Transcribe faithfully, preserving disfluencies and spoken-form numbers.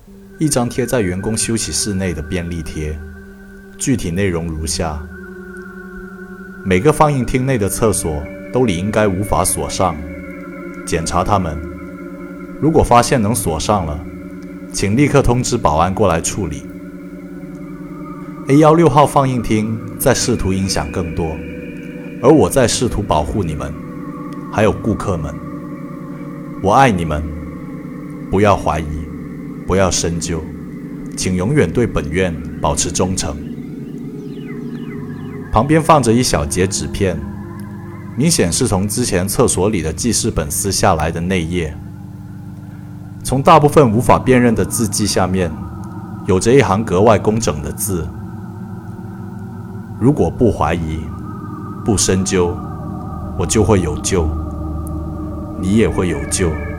一张贴在员工休息室内的便利贴，具体内容如下：每个放映厅内的厕所都理应该无法锁上，检查它们，如果发现能锁上了，请立刻通知保安过来处理。 A 一六 号放映厅在试图影响更多，而我在试图保护你们，还有顾客们。我爱你们，不要怀疑，不要深究，请永远对本院保持忠诚。旁边放着一小截纸片，明显是从之前厕所里的记事本撕下来的内页。从大部分无法辨认的字迹下面，有着一行格外工整的字：如果不怀疑，不深究，我就会有救，你也会有救。